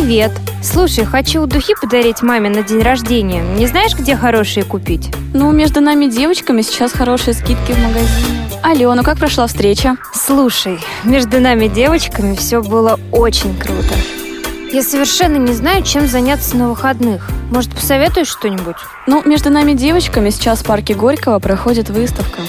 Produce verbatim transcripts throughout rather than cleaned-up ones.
Привет! Слушай, хочу духи подарить маме на день рождения. Не знаешь, где хорошие купить? Ну, между нами девочками сейчас хорошие скидки в магазине. Алена, как прошла встреча? Слушай, между нами девочками все было очень круто. Я совершенно не знаю, чем заняться на выходных. Может, посоветуешь что-нибудь? Ну, между нами девочками сейчас в парке Горького проходит выставка.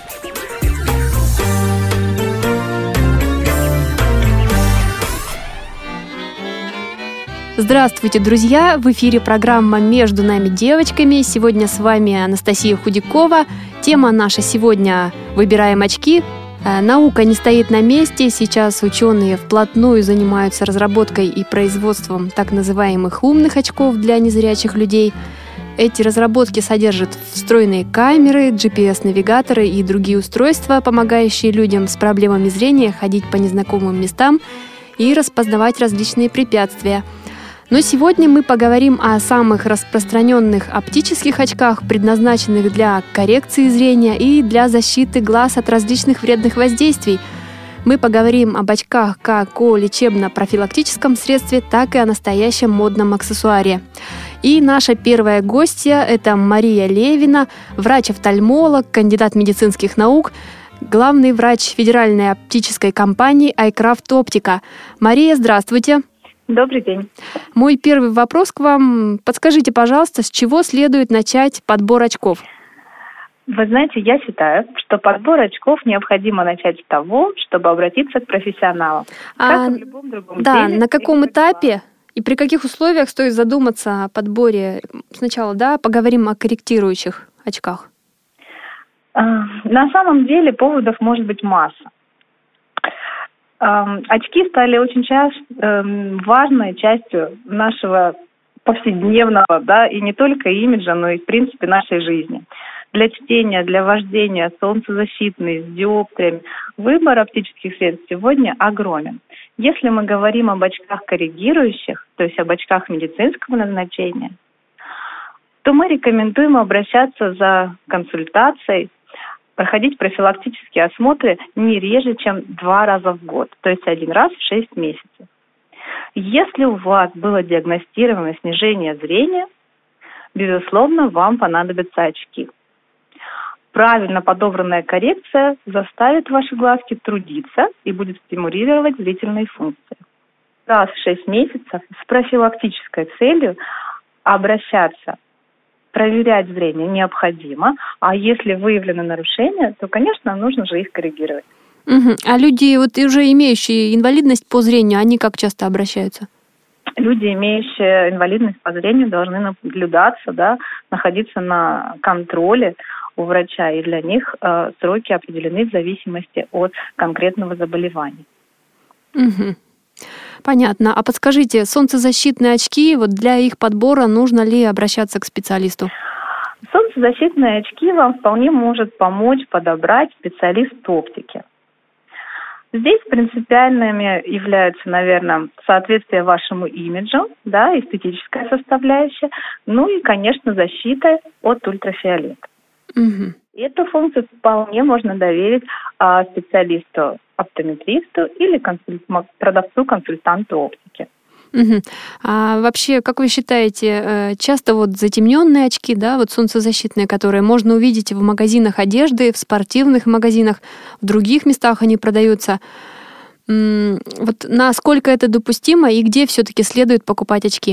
Здравствуйте, друзья! В эфире программа «Между нами девочками». Сегодня с вами Анастасия Худякова. Тема наша сегодня «Выбираем очки». Наука не стоит на месте. Сейчас ученые вплотную занимаются разработкой и производством так называемых умных очков для незрячих людей. Эти разработки содержат встроенные камеры, джи пи эс-навигаторы и другие устройства, помогающие людям с проблемами зрения ходить по незнакомым местам и распознавать различные препятствия. Но сегодня мы поговорим о самых распространенных оптических очках, предназначенных для коррекции зрения и для защиты глаз от различных вредных воздействий. Мы поговорим об очках как о лечебно-профилактическом средстве, так и о настоящем модном аксессуаре. И наша первая гостья – это Мария Левина, врач-офтальмолог, кандидат медицинских наук, главный врач федеральной оптической компании iCraft Optica. Мария, здравствуйте. Добрый день. Мой первый вопрос к вам. Подскажите, пожалуйста, с чего следует начать подбор очков? Вы знаете, я считаю, что подбор очков необходимо начать с того, чтобы обратиться к профессионалам. А, как и в любом другом да, деле. На каком этапе и при каких условиях стоит задуматься о подборе? Сначала, да, поговорим о корректирующих очках. А, на самом деле поводов может быть масса. Очки стали очень часто э, важной частью нашего повседневного, да, и не только имиджа, но и, в принципе, нашей жизни. Для чтения, для вождения, солнцезащитные, с диоптриями. Выбор оптических средств сегодня огромен. Если мы говорим об очках корректирующих, то есть об очках медицинского назначения, то мы рекомендуем обращаться за консультацией, проходить профилактические осмотры не реже, чем два раза в год, то есть один раз в шесть месяцев. Если у вас было диагностировано снижение зрения, безусловно, вам понадобятся очки. Правильно подобранная коррекция заставит ваши глазки трудиться и будет стимулировать зрительные функции. Раз в шесть месяцев с профилактической целью обращаться. Проверять зрение необходимо, а если выявлены нарушения, то, конечно, нужно же их коррегировать. Угу. А люди, вот уже имеющие инвалидность по зрению, они как часто обращаются? Люди, имеющие инвалидность по зрению, должны наблюдаться, да, находиться на контроле у врача, и для них э, сроки определены в зависимости от конкретного заболевания. Угу. Понятно. А подскажите, солнцезащитные очки, вот для их подбора нужно ли обращаться к специалисту? Солнцезащитные очки вам вполне может помочь подобрать специалист оптики. Здесь принципиальными являются, наверное, соответствие вашему имиджу, да, эстетическая составляющая, ну и, конечно, защита от ультрафиолета. Угу. Эту функцию вполне можно доверить а, специалисту оптометристу или консуль... продавцу-консультанту оптики. Угу. А вообще, как вы считаете, часто вот затемненные очки, да, вот солнцезащитные, которые можно увидеть в магазинах одежды, в спортивных магазинах, в других местах они продаются. Вот насколько это допустимо и где все-таки следует покупать очки?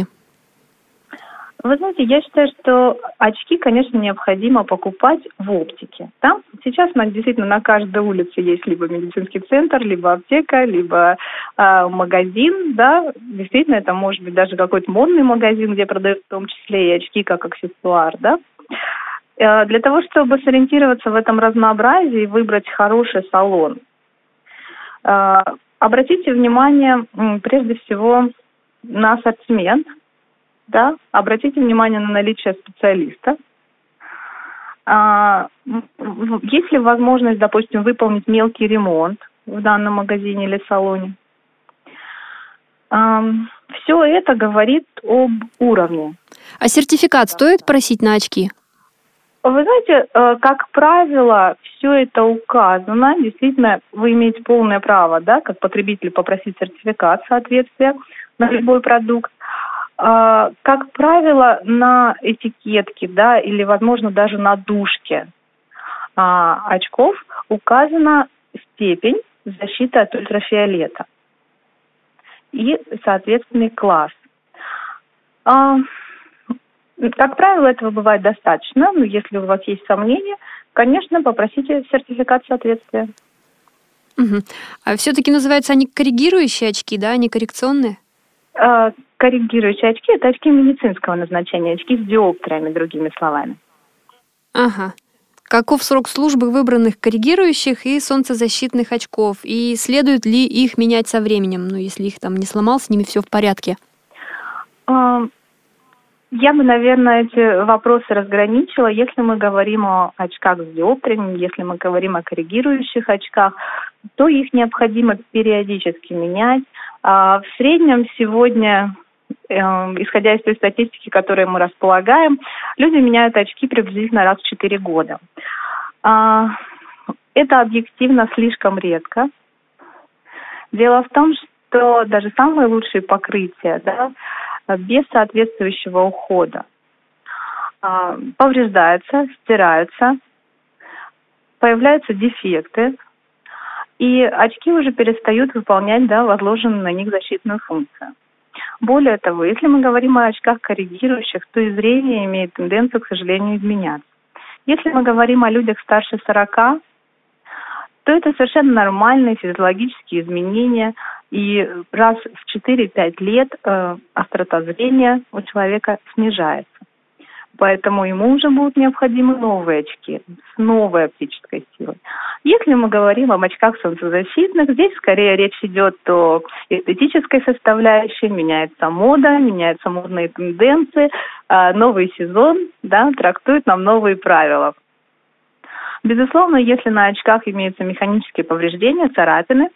Вы знаете, я считаю, что очки, конечно, необходимо покупать в оптике. Там сейчас на, действительно на каждой улице есть либо медицинский центр, либо аптека, либо э, магазин, да. Действительно, это может быть даже какой-то модный магазин, где продают в том числе и очки как аксессуар, да. Э, для того, чтобы сориентироваться в этом разнообразии и выбрать хороший салон, э, обратите внимание э, прежде всего на ассортимент. Да, обратите внимание на наличие специалиста. А, есть ли возможность, допустим, выполнить мелкий ремонт в данном магазине или салоне? А, все это говорит об уровне. А сертификат стоит просить на очки? Вы знаете, как правило, все это указано. Действительно, вы имеете полное право, да, как потребитель, попросить сертификат соответствия. на любой продукт. А, как правило, на этикетке, да, или, возможно, даже на дужке а, очков указана степень защиты от ультрафиолета и соответственный класс. А, как правило, этого бывает достаточно, но если у вас есть сомнения, конечно, попросите сертификат соответствия. Угу. А все-таки называются они коррегирующие очки, да, а не коррекционные? А, коррегирующие очки – это очки медицинского назначения, очки с диоптриями, другими словами. Ага. Каков срок службы выбранных коррегирующих и солнцезащитных очков? И следует ли их менять со временем? Ну, если их там не сломал, с ними все в порядке. А, я бы, наверное, эти вопросы разграничила. Если мы говорим о очках с диоптриями, если мы говорим о коррегирующих очках, то их необходимо периодически менять. А в среднем сегодня, э, исходя из той статистики, которой мы располагаем, люди меняют очки приблизительно раз в четыре года. А, это объективно слишком редко. Дело в том, что даже самые лучшие покрытия, да, без соответствующего ухода а, повреждаются, стираются, появляются дефекты, и очки уже перестают выполнять, да, возложенную на них защитную функцию. Более того, если мы говорим о очках коррегирующих, то и зрение имеет тенденцию, к сожалению, изменяться. Если мы говорим о людях старше сорока, то это совершенно нормальные физиологические изменения, и раз в четыре-пять лет э, острота зрения у человека снижается. Поэтому ему уже будут необходимы новые очки с новой оптической силой. Если мы говорим об очках солнцезащитных, здесь скорее речь идет о эстетической составляющей, меняется мода, меняются модные тенденции, э, новый сезон, да, трактует нам новые правила. Безусловно, если на очках имеются механические повреждения, царапины,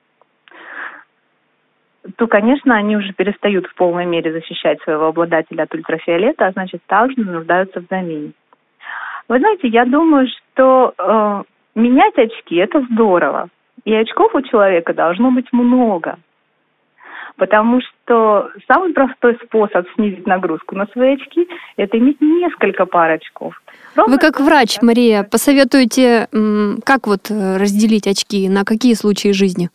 то, конечно, они уже перестают в полной мере защищать своего обладателя от ультрафиолета, а значит, также нуждаются в замене. Вы знаете, я думаю, что э, менять очки – это здорово. И очков у человека должно быть много. Потому что самый простой способ снизить нагрузку на свои очки – это иметь несколько пар очков. Ровно Вы как врач, Мария, посоветуете, как вот разделить очки, на какие случаи жизни?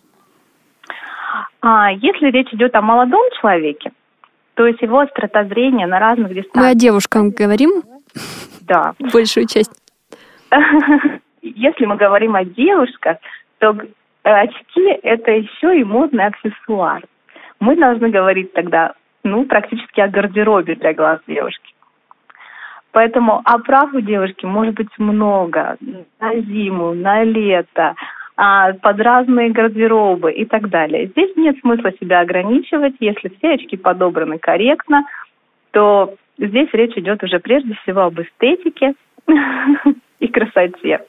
А если речь идет о молодом человеке, то есть его острота зрения на разных дистанциях. Мы о девушках говорим? Да. Большую часть. Если мы говорим о девушках, то очки – это еще и модный аксессуар. Мы должны говорить тогда, ну, практически о гардеробе для глаз девушки. Поэтому оправ у девушки может быть много. На зиму, на лето, под разные гардеробы и так далее. Здесь нет смысла себя ограничивать. Если все очки подобраны корректно, то здесь речь идет уже прежде всего об эстетике и красоте.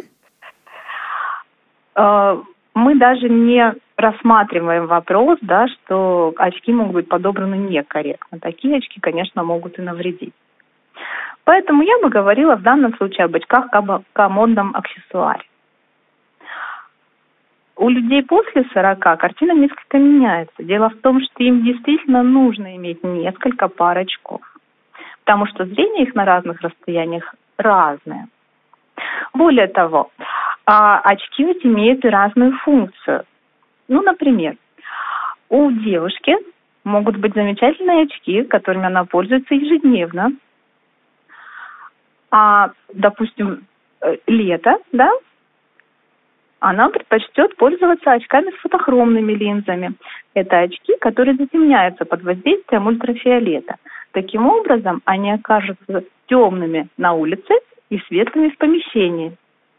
Мы даже не рассматриваем вопрос, да, что очки могут быть подобраны некорректно. Такие очки, конечно, могут и навредить. Поэтому я бы говорила в данном случае об очках как о модном аксессуаре. У людей после сорока картина несколько меняется. Дело в том, что им действительно нужно иметь несколько пар очков, потому что зрение их на разных расстояниях разное. Более того, очки ведь имеют и разную функцию. Ну, например, у девушки могут быть замечательные очки, которыми она пользуется ежедневно. А, допустим, лето, да, она предпочтет пользоваться очками с фотохромными линзами. Это очки, которые затемняются под воздействием ультрафиолета. Таким образом, они окажутся темными на улице и светлыми в помещении.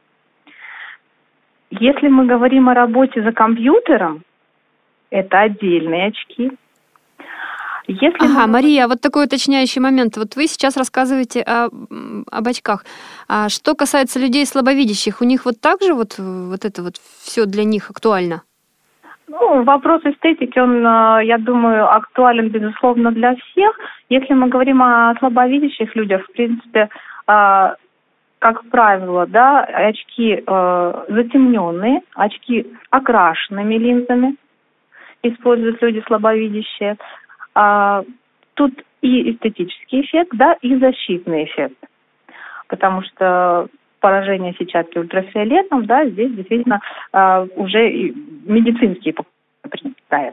Если мы говорим о работе за компьютером, это отдельные очки. Если ага, мы... Мария, вот такой уточняющий момент. Вот вы сейчас рассказываете о, об очках. А что касается людей слабовидящих, у них вот так же вот, вот это вот все для них актуально? Ну, вопрос эстетики, он, я думаю, актуален, безусловно, для всех. Если мы говорим о слабовидящих людях, в принципе, как правило, да, очки затемненные, очки с окрашенными линзами. используют люди слабовидящие. А, тут и эстетический эффект, да, и защитный эффект. Потому что поражение сетчатки ультрафиолетом, да, здесь действительно а, уже и медицинские приобретает.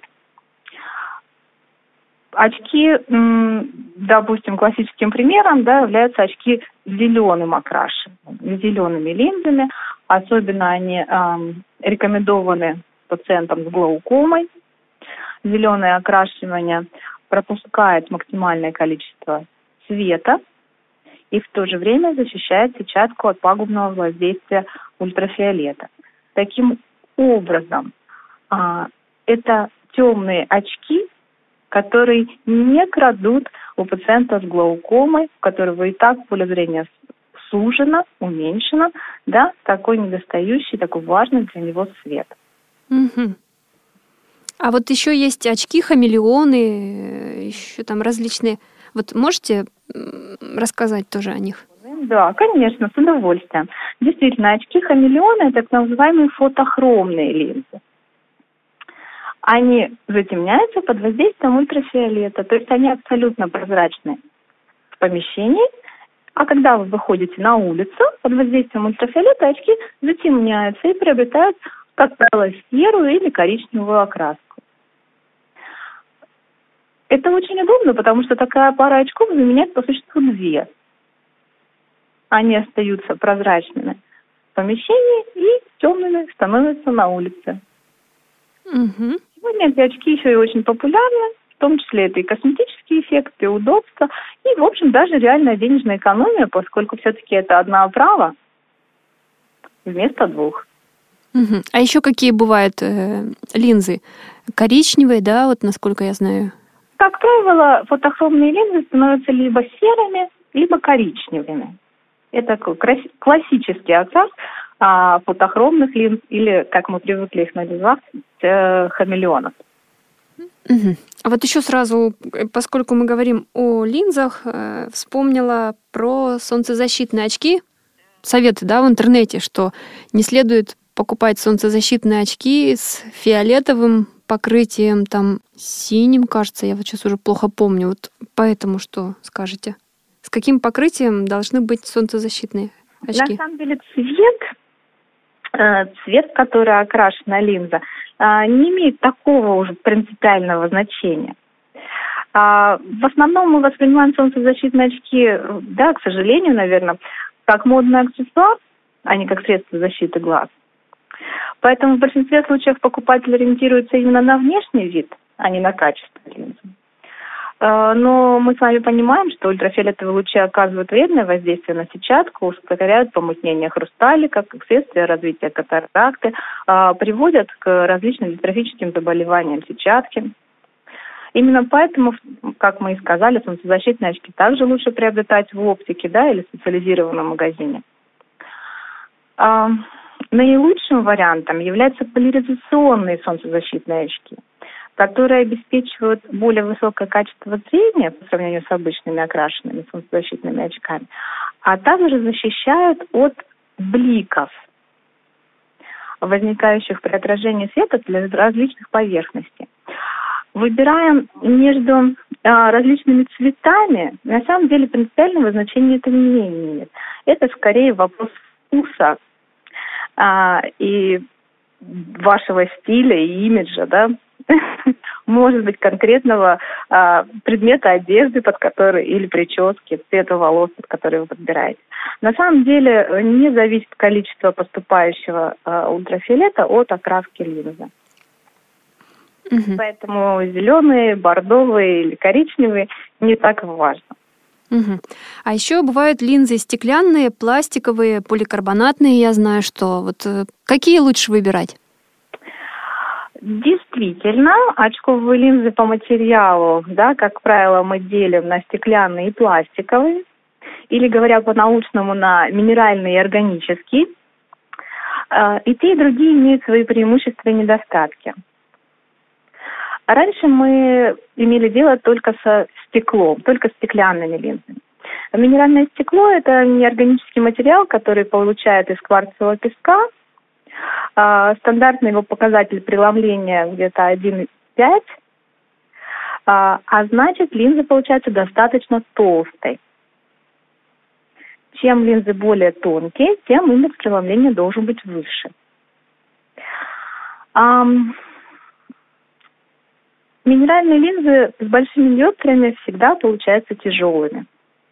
Очки, допустим, классическим примером, да, являются очки с зеленым окрашиванием, с зелеными линзами. Особенно они эм, рекомендованы пациентам с глаукомой. Зеленое окрашивание пропускает максимальное количество света и в то же время защищает сетчатку от пагубного воздействия ультрафиолета. Таким образом, э, это темные очки, которые не крадут у пациента с глаукомой, у которого и так поле зрения сужено, уменьшено, да, такой недостающий, такой важный для него свет. Угу. А вот еще есть очки-хамелеоны, еще там различные. Вот можете рассказать тоже о них? Да, конечно, с удовольствием. Действительно, очки-хамелеоны – это так называемые фотохромные линзы. Они затемняются под воздействием ультрафиолета, то есть они абсолютно прозрачны в помещении, а когда вы выходите на улицу, под воздействием ультрафиолета очки затемняются и приобретают, как правило, серую или коричневую окраску. Это очень удобно, потому что такая пара очков заменяет по существу две. Они остаются прозрачными в помещении и темными становятся на улице. Угу. Сегодня эти очки еще и очень популярны, в том числе это и косметический эффект, и удобство, и, в общем, даже реальная денежная экономия, поскольку все-таки это одна оправа вместо двух. Угу. А еще какие бывают э, линзы? Коричневые, да, вот насколько я знаю? Как правило, фотохромные линзы становятся либо серыми, либо коричневыми. Это классический окрас а, фотохромных линз, или, как мы привыкли их называть, э, хамелеонов. Угу. А вот еще сразу, поскольку мы говорим о линзах, э, вспомнила про солнцезащитные очки. Советы, да, в интернете, что не следует покупать солнцезащитные очки с фиолетовым покрытием, там, синим, кажется, я вот сейчас уже плохо помню. Вот поэтому что скажете? С каким покрытием должны быть солнцезащитные очки? На самом деле цвет, э, цвет, в который окрашена линза, э, не имеет такого уже принципиального значения. А, в основном мы воспринимаем солнцезащитные очки, да, к сожалению, наверное, как модный аксессуар, а не как средство защиты глаз. Поэтому в большинстве случаев покупатель ориентируется именно на внешний вид, а не на качество линзы. Но мы с вами понимаем, что ультрафиолетовые лучи оказывают вредное воздействие на сетчатку, ускоряют помутнение хрусталика, как следствие развития катаракты, приводят к различным дистрофическим заболеваниям сетчатки. Именно поэтому, как мы и сказали, солнцезащитные очки также лучше приобретать в оптике, да, или в специализированном магазине. Наилучшим вариантом являются поляризационные солнцезащитные очки, которые обеспечивают более высокое качество зрения по сравнению с обычными окрашенными солнцезащитными очками, а также защищают от бликов, возникающих при отражении света для различных поверхностей. Выбирая между а, различными цветами, на самом деле принципиального значения это не имеет. Это скорее вопрос вкуса а, и вашего стиля и имиджа, да, может быть, конкретного а, предмета одежды, под который, или прически, цвета волос, под который вы подбираете. На самом деле не зависит количество поступающего а, ультрафиолета от окраски линзы. Угу. Поэтому зеленые, бордовые или коричневые не так важно. Угу. А еще бывают линзы стеклянные, пластиковые, поликарбонатные. Я знаю, что вот какие лучше выбирать? Действительно, очковые линзы по материалу, да, как правило, мы делим на стеклянные и пластиковые, или, говоря по-научному, на минеральные и органические. И те, и другие имеют свои преимущества и недостатки. Раньше мы имели дело только со стеклом, только с стеклянными линзами. Минеральное стекло – это неорганический материал, который получают из кварцевого песка. Стандартный его показатель преломления где-то один пять, а, а значит, линза получается достаточно толстой. Чем линзы более тонкие, тем индекс преломления должен быть выше. А, минеральные линзы с большими диоптриями всегда получаются тяжелыми.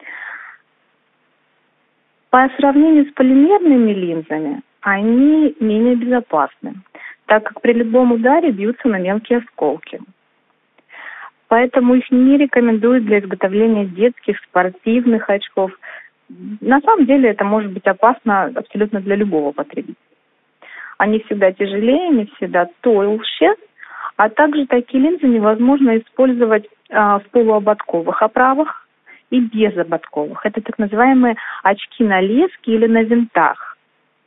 По сравнению с полимерными линзами, они менее безопасны, так как при любом ударе бьются на мелкие осколки. Поэтому их не рекомендуют для изготовления детских спортивных очков. На самом деле это может быть опасно абсолютно для любого потребителя. Они всегда тяжелее, они всегда толще, а также такие линзы невозможно использовать а, в полуободковых оправах и безободковых. Это так называемые очки на леске или на винтах.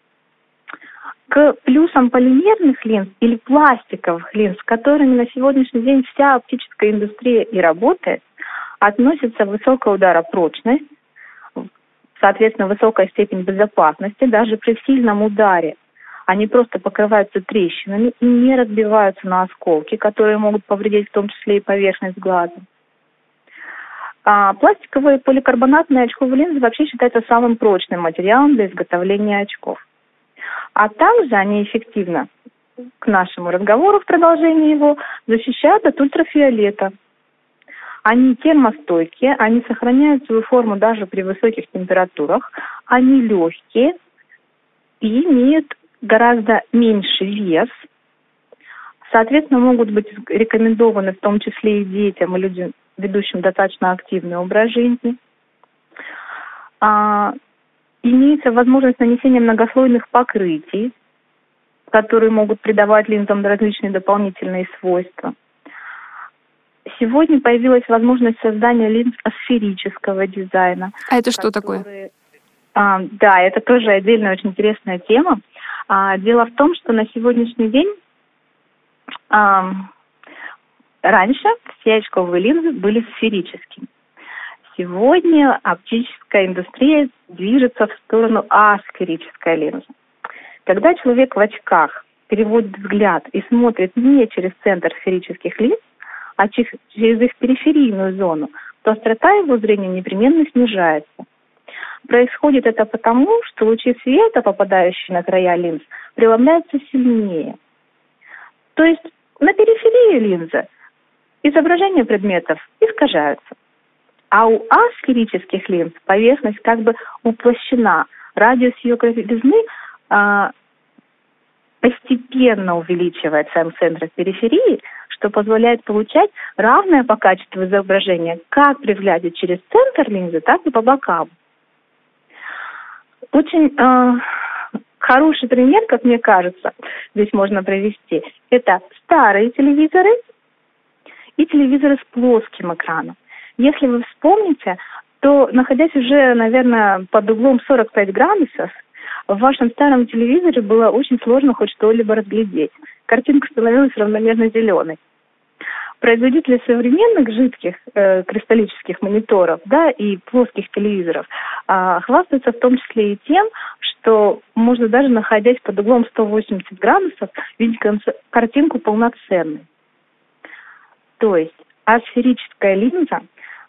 К плюсам полимерных линз или пластиковых линз, с которыми на сегодняшний день вся оптическая индустрия и работает, относится высокая ударопрочность, соответственно, высокая степень безопасности. Даже при сильном ударе они просто покрываются трещинами и не разбиваются на осколки, которые могут повредить в том числе и поверхность глаза. А пластиковые поликарбонатные очковые линзы вообще считаются самым прочным материалом для изготовления очков. А также они эффективно, к нашему разговору в продолжении его, защищают от ультрафиолета. Они термостойкие, они сохраняют свою форму даже при высоких температурах, они легкие и имеют гораздо меньше вес, соответственно, могут быть рекомендованы в том числе и детям, и людям, ведущим достаточно активный образ жизни. А, имеется возможность нанесения многослойных покрытий, которые могут придавать линзам различные дополнительные свойства. Сегодня появилась возможность создания линз асферического дизайна. А это что которые... такое? А, да, это тоже отдельная очень интересная тема. А, дело в том, что на сегодняшний день а, раньше все очковые линзы были сферическими. Сегодня оптическая индустрия движется в сторону асферической линзы. Когда человек в очках переводит взгляд и смотрит не через центр сферических линз, а через их периферийную зону, то острота его зрения непременно снижается. Происходит это потому, что лучи света, попадающие на края линз, преломляются сильнее. То есть на периферии линзы изображения предметов искажаются. А у асферических линз поверхность как бы уплощена. Радиус ее кривизны а, постепенно увеличивает сам центр периферии, что позволяет получать равное по качеству изображение как при взгляде через центр линзы, так и по бокам. Очень э, хороший пример, как мне кажется, здесь можно привести, это старые телевизоры и телевизоры с плоским экраном. Если вы вспомните, то, находясь уже, наверное, под углом сорок пять градусов, в вашем старом телевизоре было очень сложно хоть что-либо разглядеть. Картинка становилась равномерно зеленой. Производители современных жидких э, кристаллических мониторов, да, и плоских телевизоров э, хвастаются в том числе и тем, что можно даже находясь под углом сто восемьдесят градусов видеть конц- картинку полноценной. То есть асферическая линза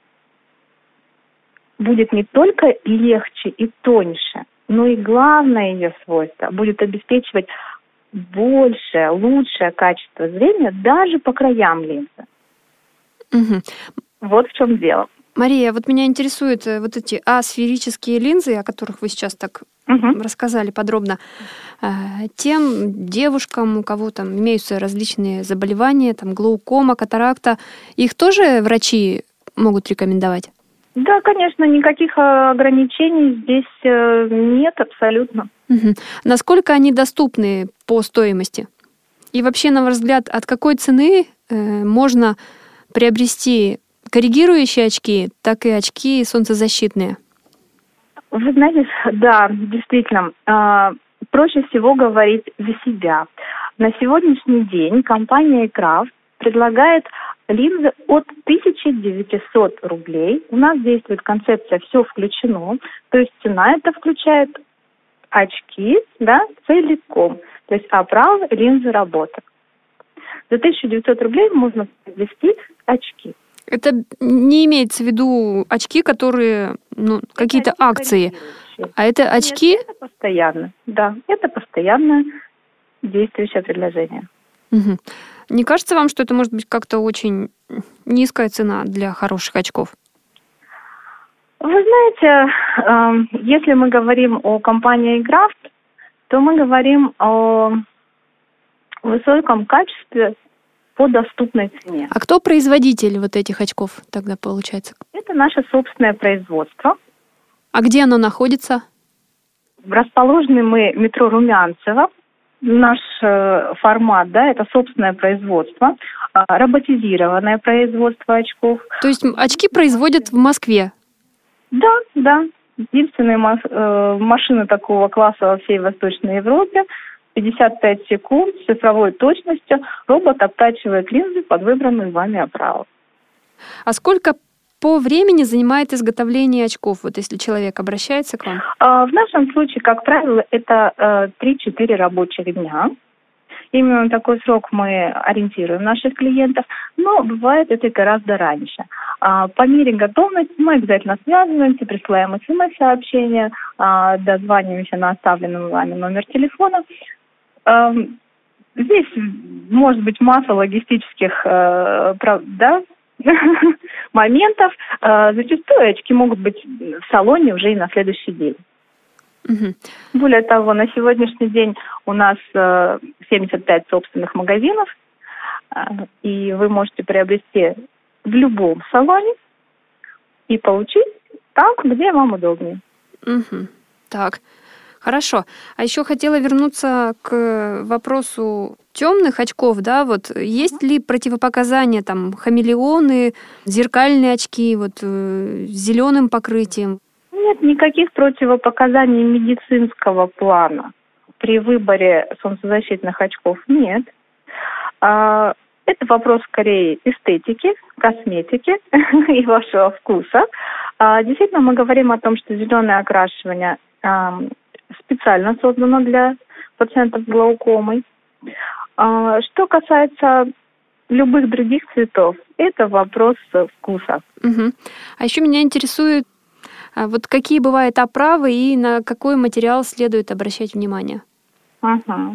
будет не только легче и тоньше, но и главное ее свойство будет обеспечивать большее, лучшее качество зрения даже по краям линзы. Угу. Вот в чем дело. Мария, вот меня интересуют вот эти асферические линзы, о которых вы сейчас так угу. рассказали подробно. Тем девушкам, у кого там имеются различные заболевания, там глаукома, катаракта, их тоже врачи могут рекомендовать? Да, конечно, никаких ограничений здесь нет абсолютно. Угу. Насколько они доступны по стоимости? И вообще, на ваш взгляд, от какой цены э, можно приобрести коррегирующие очки, так и очки солнцезащитные? Вы знаете, да, действительно, э, проще всего говорить за себя. На сегодняшний день компания Экраф предлагает линзы от тысяча девятьсот рублей. У нас действует концепция «все включено», то есть цена это включает очки, да, целиком, то есть оправа, линзы, работа. За тысячу девятьсот рублей можно приобрести очки. Это не имеется в виду очки, которые, ну, какие-то очки акции, а это очки... Нет, это постоянно, да, это постоянное действующее предложение. Угу. Не кажется вам, что это может быть как-то очень низкая цена для хороших очков? Вы знаете, если мы говорим о компании Графт, то мы говорим о высоком качестве по доступной цене. А кто производитель вот этих очков тогда получается? Это наше собственное производство. А где оно находится? Расположены мы в метро Румянцево. Наш э, формат, да, это собственное производство, э, роботизированное производство очков. То есть очки производят в Москве? Да, да. Единственные мас- э, машины такого класса во всей Восточной Европе. пятьдесят пять секунд с цифровой точностью. Робот обтачивает линзы под выбранную вами оправу. А сколько по времени занимает изготовление очков, вот если человек обращается к вам? Э, в нашем случае, как правило, это э, три-четыре рабочих дня. Именно на такой срок мы ориентируем наших клиентов, но бывает это гораздо раньше. А, по мере готовности мы обязательно связываемся, присылаем смс-сообщения, а, дозваниваемся на оставленный вами номер телефона. А, здесь может быть масса логистических а, прав, да, моментов. А, зачастую очки могут быть в салоне уже и на следующий день. Угу. Более того, на сегодняшний день у нас э, семьдесят пять собственных магазинов, э, и вы можете приобрести в любом салоне и получить там, где вам удобнее. Угу. Так, хорошо. А еще хотела вернуться к вопросу темных очков, да, вот есть ли противопоказания, там, хамелеоны, зеркальные очки, вот, э, с зеленым покрытием? Нет никаких противопоказаний медицинского плана при выборе солнцезащитных очков нет. Это вопрос скорее эстетики, косметики и вашего вкуса. Действительно, мы говорим о том, что зеленое окрашивание специально создано для пациентов с глаукомой. Что касается любых других цветов, это вопрос вкуса. Угу. А еще меня интересует, вот какие бывают оправы и на какой материал следует обращать внимание? Ага.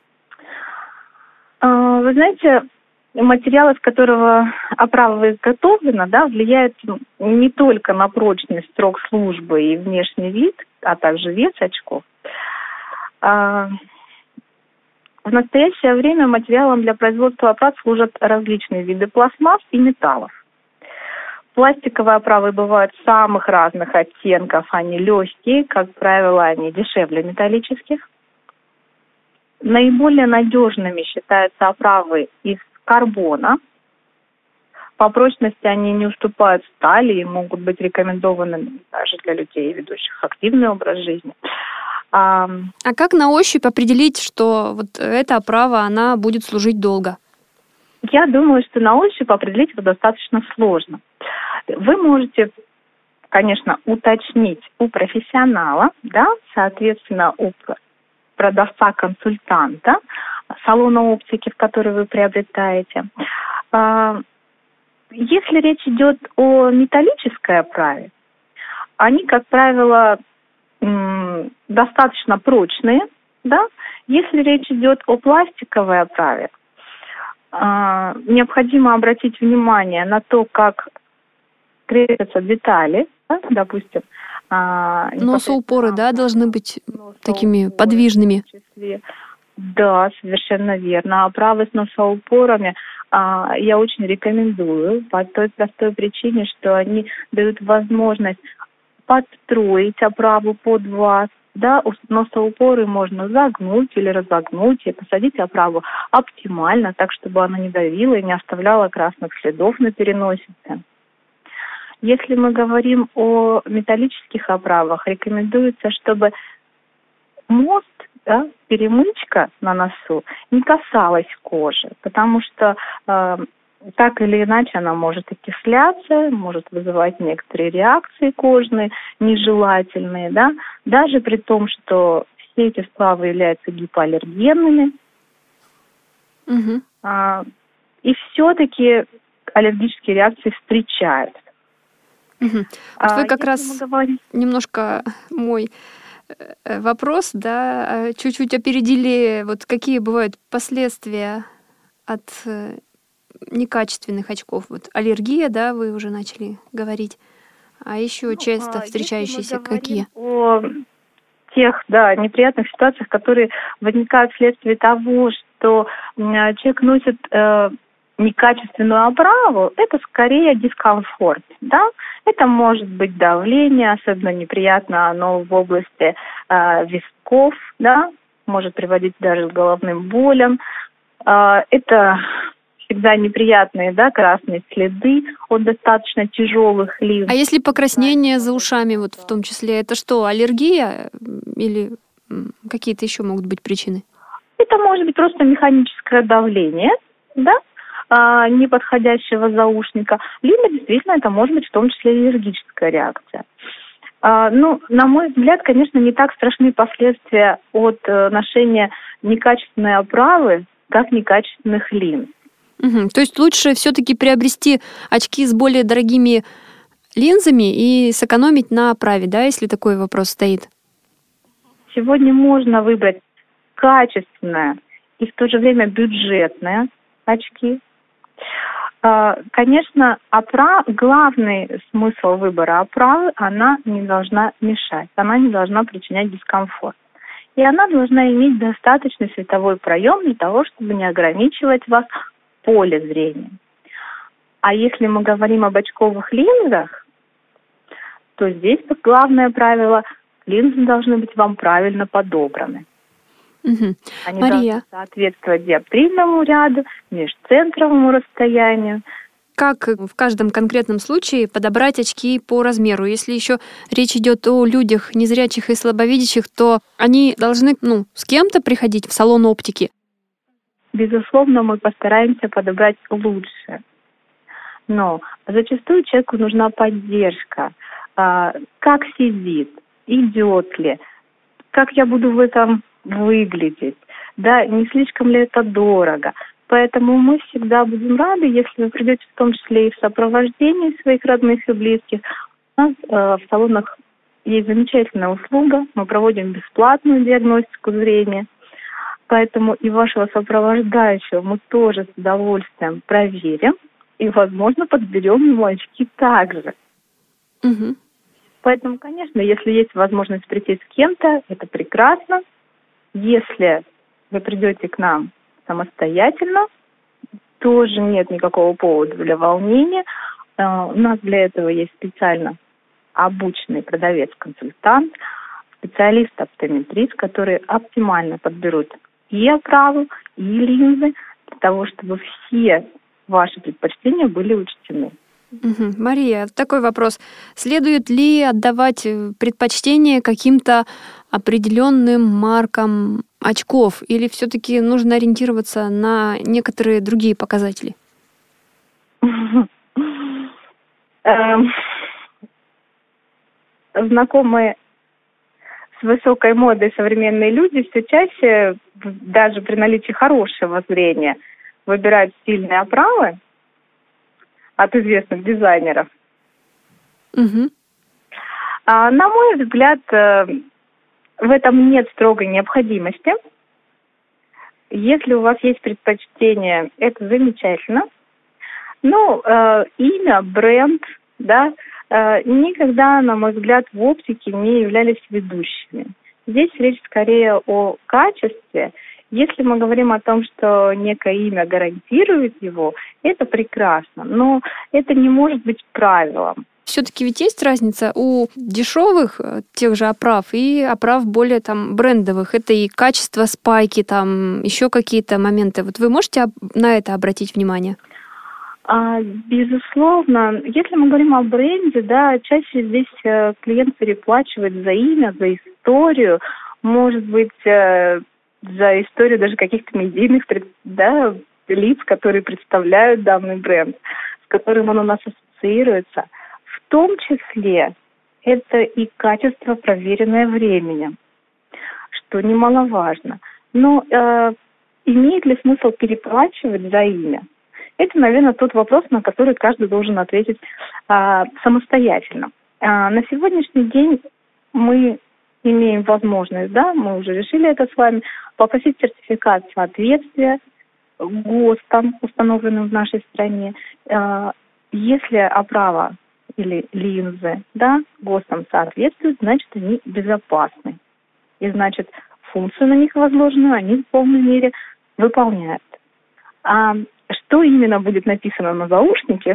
Вы знаете, материал, из которого оправа изготовлена, да, влияет не только на прочность, срок службы и внешний вид, а также вес очков. В настоящее время материалом для производства оправ служат различные виды пластмасс и металлов. Пластиковые оправы бывают самых разных оттенков, они легкие, как правило, они дешевле металлических. Наиболее надежными считаются оправы из карбона. По прочности они не уступают стали и могут быть рекомендованы даже для людей, ведущих активный образ жизни. А, а как на ощупь определить, что вот эта оправа, она будет служить долго? Я думаю, что на ощупь определить это достаточно сложно. Вы можете, конечно, уточнить у профессионала, да, соответственно, у продавца-консультанта, салона оптики, в который вы приобретаете. Если речь идет о металлической оправе, они, как правило, достаточно прочные, да. Если речь идет о пластиковой оправе, необходимо обратить внимание на то, как крепятся детали, да, допустим. Носоупоры, да, должны быть такими подвижными. Да, совершенно верно. Оправы с носоупорами а, я очень рекомендую по той простой причине, что они дают возможность подстроить оправу под вас. Да, носоупоры можно загнуть или разогнуть и посадить оправу оптимально, так, чтобы она не давила и не оставляла красных следов на переносице. Если мы говорим о металлических оправах, рекомендуется, чтобы мост, да, перемычка на носу не касалась кожи, потому что э, так или иначе она может окисляться, может вызывать некоторые реакции кожные, нежелательные, да, даже при том, что все эти сплавы являются гипоаллергенными. Угу. А, и все-таки аллергические реакции встречаются. Угу. Вот а, вы как раз говорим... немножко мой вопрос, да, чуть-чуть опередили, вот какие бывают последствия от некачественных очков. Вот аллергия, да, вы уже начали говорить. А еще ну, часто а встречающиеся какие? О тех, да, неприятных ситуациях, которые возникают вследствие того, что человек носит э, некачественную оправу, это скорее дискомфорт, да. Это может быть давление, особенно неприятно оно в области э, висков, да, может приводить даже к головным болям. Э, это всегда неприятные, да, красные следы от достаточно тяжелых линз. А если покраснение за ушами, вот в том числе, это что, аллергия или какие-то еще могут быть причины? Это может быть просто механическое давление, да, а, неподходящего заушника, либо действительно это может быть в том числе аллергическая реакция. А, ну, на мой взгляд, конечно, не так страшны последствия от э, ношения некачественной оправы, как некачественных линз. Угу. То есть лучше все-таки приобрести очки с более дорогими линзами и сэкономить на оправе, да, если такой вопрос стоит? Сегодня можно выбрать качественные и в то же время бюджетные очки. Конечно, оправ... главный смысл выбора оправы, она не должна мешать, она не должна причинять дискомфорт. И она должна иметь достаточный световой проем для того, чтобы не ограничивать вас в поле зрения. А если мы говорим об очковых линзах, то здесь главное правило – линзы должны быть вам правильно подобраны. Угу. Они Мария. должны соответствовать диоптрийному ряду, межцентровому расстоянию. Как в каждом конкретном случае подобрать очки по размеру? Если еще речь идет о людях незрячих и слабовидящих, то они должны, ну, с кем-то приходить в салон оптики? Безусловно, мы постараемся подобрать лучше. Но зачастую человеку нужна поддержка. Как сидит, идет ли, как я буду в этом выглядеть, да, не слишком ли это дорого. Поэтому мы всегда будем рады, если вы придете в том числе и в сопровождении своих родных и близких. У нас э, в салонах есть замечательная услуга, мы проводим бесплатную диагностику зрения, поэтому и вашего сопровождающего мы тоже с удовольствием проверим и, возможно, подберем ему очки также. Угу. Поэтому, конечно, если есть возможность прийти с кем-то, это прекрасно. Если вы придете к нам самостоятельно, тоже нет никакого повода для волнения. У нас для этого есть специально обученный продавец-консультант, специалист-оптометрист, которые оптимально подберут и оправу, и линзы, для того, чтобы все ваши предпочтения были учтены. Угу. Мария, такой вопрос. Следует ли отдавать предпочтение каким-то определенным маркам очков, или все-таки нужно ориентироваться на некоторые другие показатели? Знакомые с высокой модой современные люди все чаще, даже при наличии хорошего зрения, выбирают стильные оправы от известных дизайнеров. Угу. А, на мой взгляд, в этом нет строгой необходимости. Если у вас есть предпочтение, это замечательно. Ну, э, имя, бренд, да, э, никогда, на мой взгляд, в оптике не являлись ведущими. Здесь речь скорее о качестве. Если мы говорим о том, что некое имя гарантирует его, это прекрасно, но это не может быть правилом. Все-таки ведь есть разница у дешевых тех же оправ и оправ более там брендовых. Это и качество спайки, там еще какие-то моменты. Вот вы можете на это обратить внимание? А, безусловно. Если мы говорим о бренде, да, чаще здесь клиент переплачивает за имя, за историю, может быть, за историю даже каких-то медийных, да, лиц, которые представляют данный бренд, с которым он у нас ассоциируется. В том числе это и качество, проверенное временем, что немаловажно. Но э, имеет ли смысл переплачивать за имя? Это, наверное, тот вопрос, на который каждый должен ответить а, самостоятельно. А, на сегодняшний день мы имеем возможность, да, мы уже решили это с вами, попросить сертификат соответствия ГОСТам, установленным в нашей стране. А, если оправа или линзы, да, ГОСТам соответствуют, значит, они безопасны. И значит, функцию на них возложенную они в полной мере выполняют. А что именно будет написано на заушнике,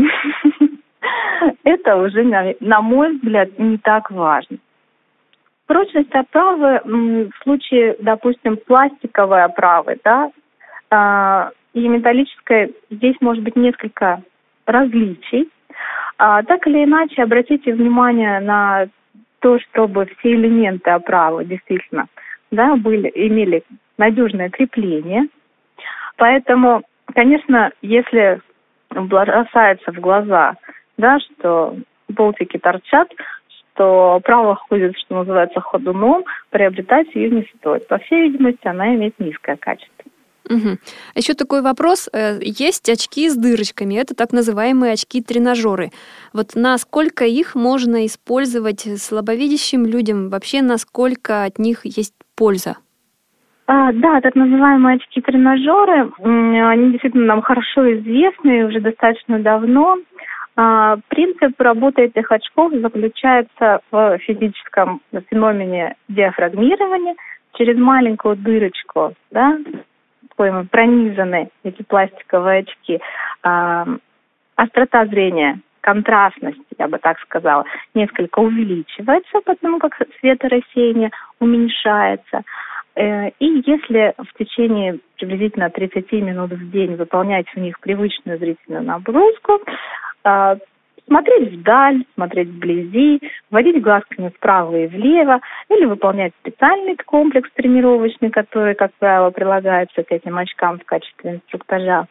это уже, на мой взгляд, не так важно. Прочность оправы в случае, допустим, пластиковой оправы, да, и металлической, здесь может быть несколько различий. А, так или иначе, обратите внимание на то, чтобы все элементы оправы действительно, да, были, имели надежное крепление. Поэтому, конечно, если бросается в глаза, да, что болтики торчат, что оправа ходит, что называется, ходуном, приобретать ее не стоит. По всей видимости, она имеет низкое качество. Угу. А еще такой вопрос. Есть очки с дырочками. Это так называемые очки-тренажеры. Вот насколько их можно использовать слабовидящим людям? Вообще, насколько от них есть польза? А, да, так называемые очки-тренажеры, они действительно нам хорошо известны уже достаточно давно. А, принцип работы этих очков заключается в физическом феномене диафрагмирования. Через маленькую дырочку, да, пронизаны эти пластиковые очки. А, острота зрения, контрастность, я бы так сказала, несколько увеличивается, потому как светорассеяние уменьшается. И если в течение приблизительно тридцать минут в день выполнять в них привычную зрительную нагрузку, смотреть вдаль, смотреть вблизи, водить глазками вправо и влево, или выполнять специальный комплекс тренировочный, который, как правило, прилагается к этим очкам в качестве инструктажа,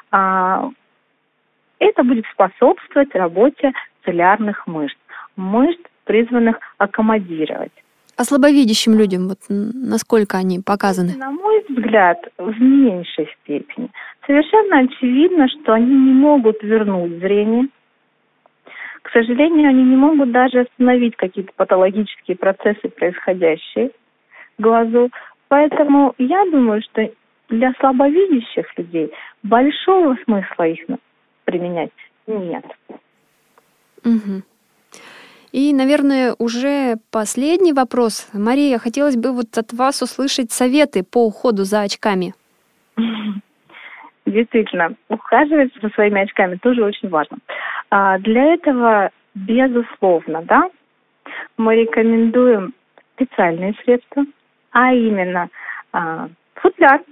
это будет способствовать работе целлярных мышц, мышц, призванных аккомодировать. А слабовидящим людям, вот насколько они показаны? На мой взгляд, в меньшей степени. Совершенно очевидно, что они не могут вернуть зрение. К сожалению, они не могут даже остановить какие-то патологические процессы, происходящие в глазу. Поэтому я думаю, что для слабовидящих людей большого смысла их применять нет. Угу. И, наверное, уже последний вопрос. Мария, хотелось бы вот от вас услышать советы по уходу за очками. Действительно, ухаживать за своими очками тоже очень важно. А для этого, безусловно, да, мы рекомендуем специальные средства, а именно а, футляр.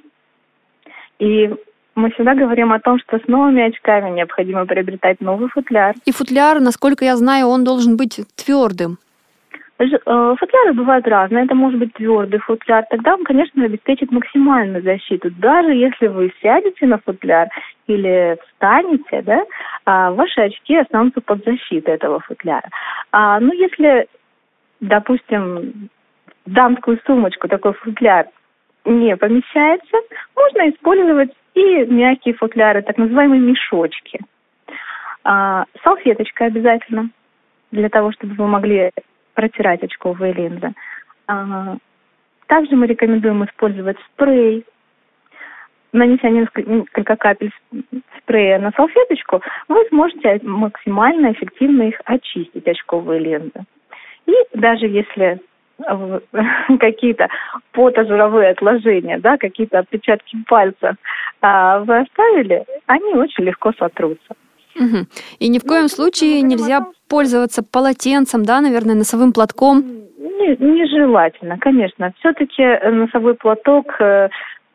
И мы всегда говорим о том, что с новыми очками необходимо приобретать новый футляр. И футляр, насколько я знаю, он должен быть твердым. Футляры бывают разные. Это может быть твердый футляр. Тогда он, конечно, обеспечит максимальную защиту. Даже если вы сядете на футляр или встанете, да, ваши очки останутся под защитой этого футляра. А, ну, если, допустим, в дамскую сумочку такой футляр не помещается, можно использовать и мягкие футляры, так называемые мешочки. А, салфеточка обязательно, для того, чтобы вы могли протирать очковые линзы. А, также мы рекомендуем использовать спрей. Нанеся несколько капель спрея на салфеточку, вы сможете максимально эффективно их очистить, очковые линзы. И даже если какие-то потожировые отложения, да, какие-то отпечатки пальцев а, вы оставили, они очень легко сотрутся. Угу. И ни в коем ну, случае нельзя пользоваться полотенцем, да, наверное, носовым платком? Не, нежелательно, конечно. Все-таки носовой платок э,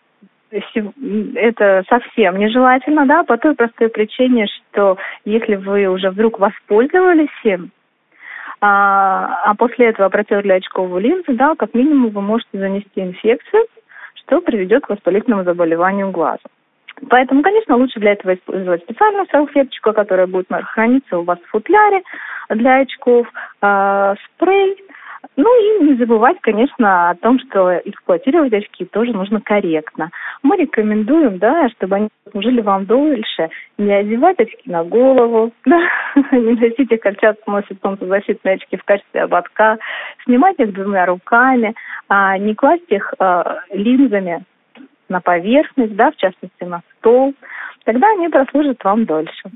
это совсем нежелательно, да, по той простой причине, что если вы уже вдруг воспользовались им, а, а после этого протерли очковую линзу, да, как минимум вы можете занести инфекцию, что приведет к воспалительному заболеванию глаза. Поэтому, конечно, лучше для этого использовать специальную салфеточку, которая будет храниться у вас в футляре для очков, э, спрей, Ну и не забывать, конечно, о том, что эксплуатировать очки тоже нужно корректно. Мы рекомендуем, да, чтобы они служили вам дольше, не одевать очки на голову, да, не носить их, как часто носят солнцезащитные очки в качестве ободка, снимать их двумя руками, а не класть их а, линзами на поверхность, да, в частности на стол. Тогда они прослужат вам дольше.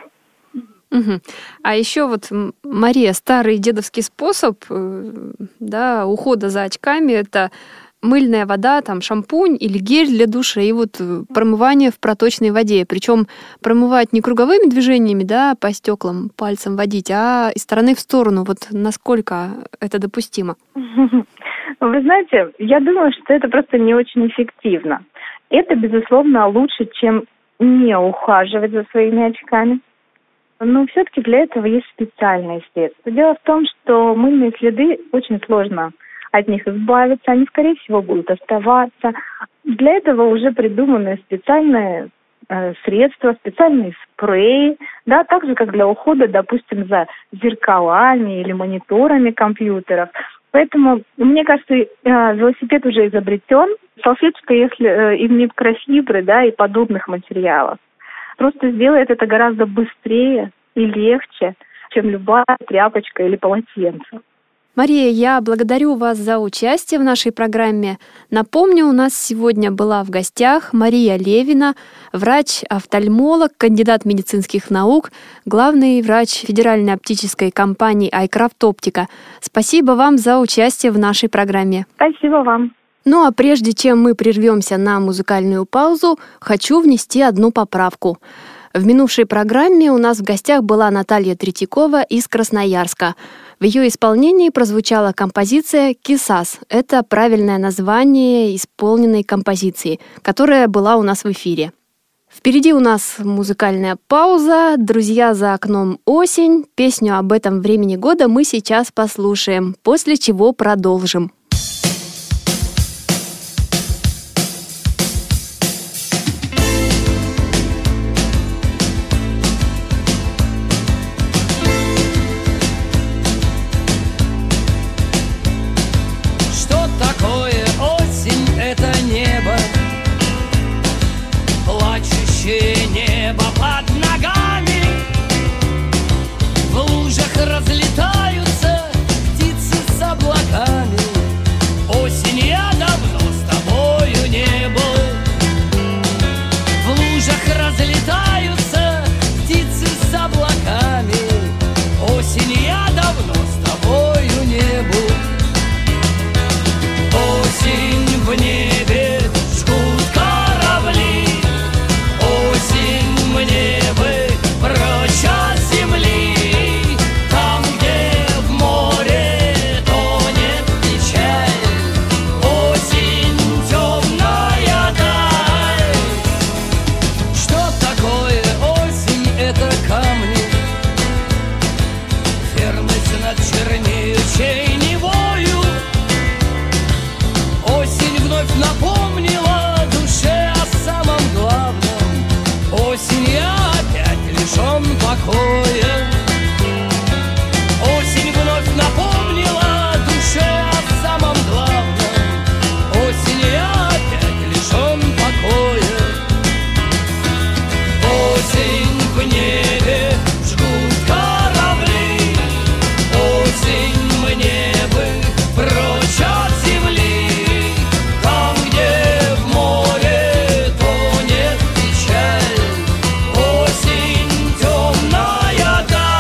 Угу. А еще вот, Мария, старый дедовский способ, да, ухода за очками — это мыльная вода, там шампунь или гель для душа и вот промывание в проточной воде. Причем промывать не круговыми движениями, да, по стеклам пальцем водить, а из стороны в сторону. Вот насколько это допустимо? Вы знаете, я думаю, что это просто не очень эффективно. Это, безусловно, лучше, чем не ухаживать за своими очками. Но все-таки для этого есть специальные средства. Дело в том, что мыльные следы очень сложно от них избавиться, они, скорее всего, будут оставаться. Для этого уже придуманы специальные э, средства, специальные спреи, да, так же, как для ухода, допустим, за зеркалами или мониторами компьютеров. Поэтому, мне кажется, э, велосипед уже изобретен. Салфеточка, если э, из микрофибры, да, и подобных материалов, просто сделает это гораздо быстрее и легче, чем любая тряпочка или полотенце. Мария, я благодарю вас за участие в нашей программе. Напомню, у нас сегодня была в гостях Мария Левина, врач-офтальмолог, кандидат медицинских наук, главный врач федеральной оптической компании iCraft Optica. Спасибо вам за участие в нашей программе. Спасибо вам. Ну а прежде чем мы прервемся на музыкальную паузу, хочу внести одну поправку. В минувшей программе у нас в гостях была Наталья Третьякова из Красноярска. В ее исполнении прозвучала композиция «Кисас». Это правильное название исполненной композиции, которая была у нас в эфире. Впереди у нас музыкальная пауза. Друзья, за окном осень. Песню об этом времени года мы сейчас послушаем, после чего продолжим. Разлетаются птицы с облаками. Осень темная, да.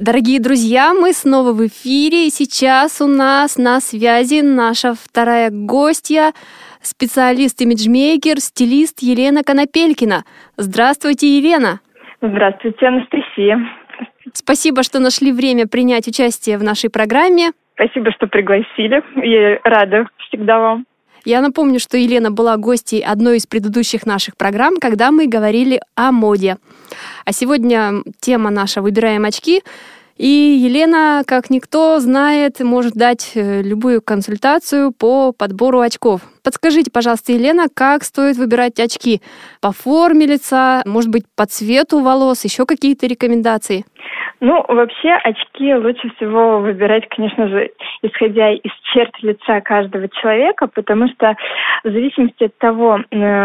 Дорогие друзья, мы снова в эфире, и сейчас у нас на связи наша вторая гостья, специалист-имиджмейкер, стилист Елена Конопелькина. Здравствуйте, Елена. Здравствуйте, Анастасия. Спасибо, что нашли время принять участие в нашей программе. Спасибо, что пригласили. Я рада всегда вам. Я напомню, что Елена была гостьей одной из предыдущих наших программ, когда мы говорили о моде. А сегодня тема наша «Выбираем очки». И Елена, как никто знает, может дать любую консультацию по подбору очков. Подскажите, пожалуйста, Елена, как стоит выбирать очки? По форме лица, может быть, по цвету волос, еще какие-то рекомендации? Ну, вообще, очки лучше всего выбирать, конечно же, исходя из черт лица каждого человека, потому что в зависимости от того,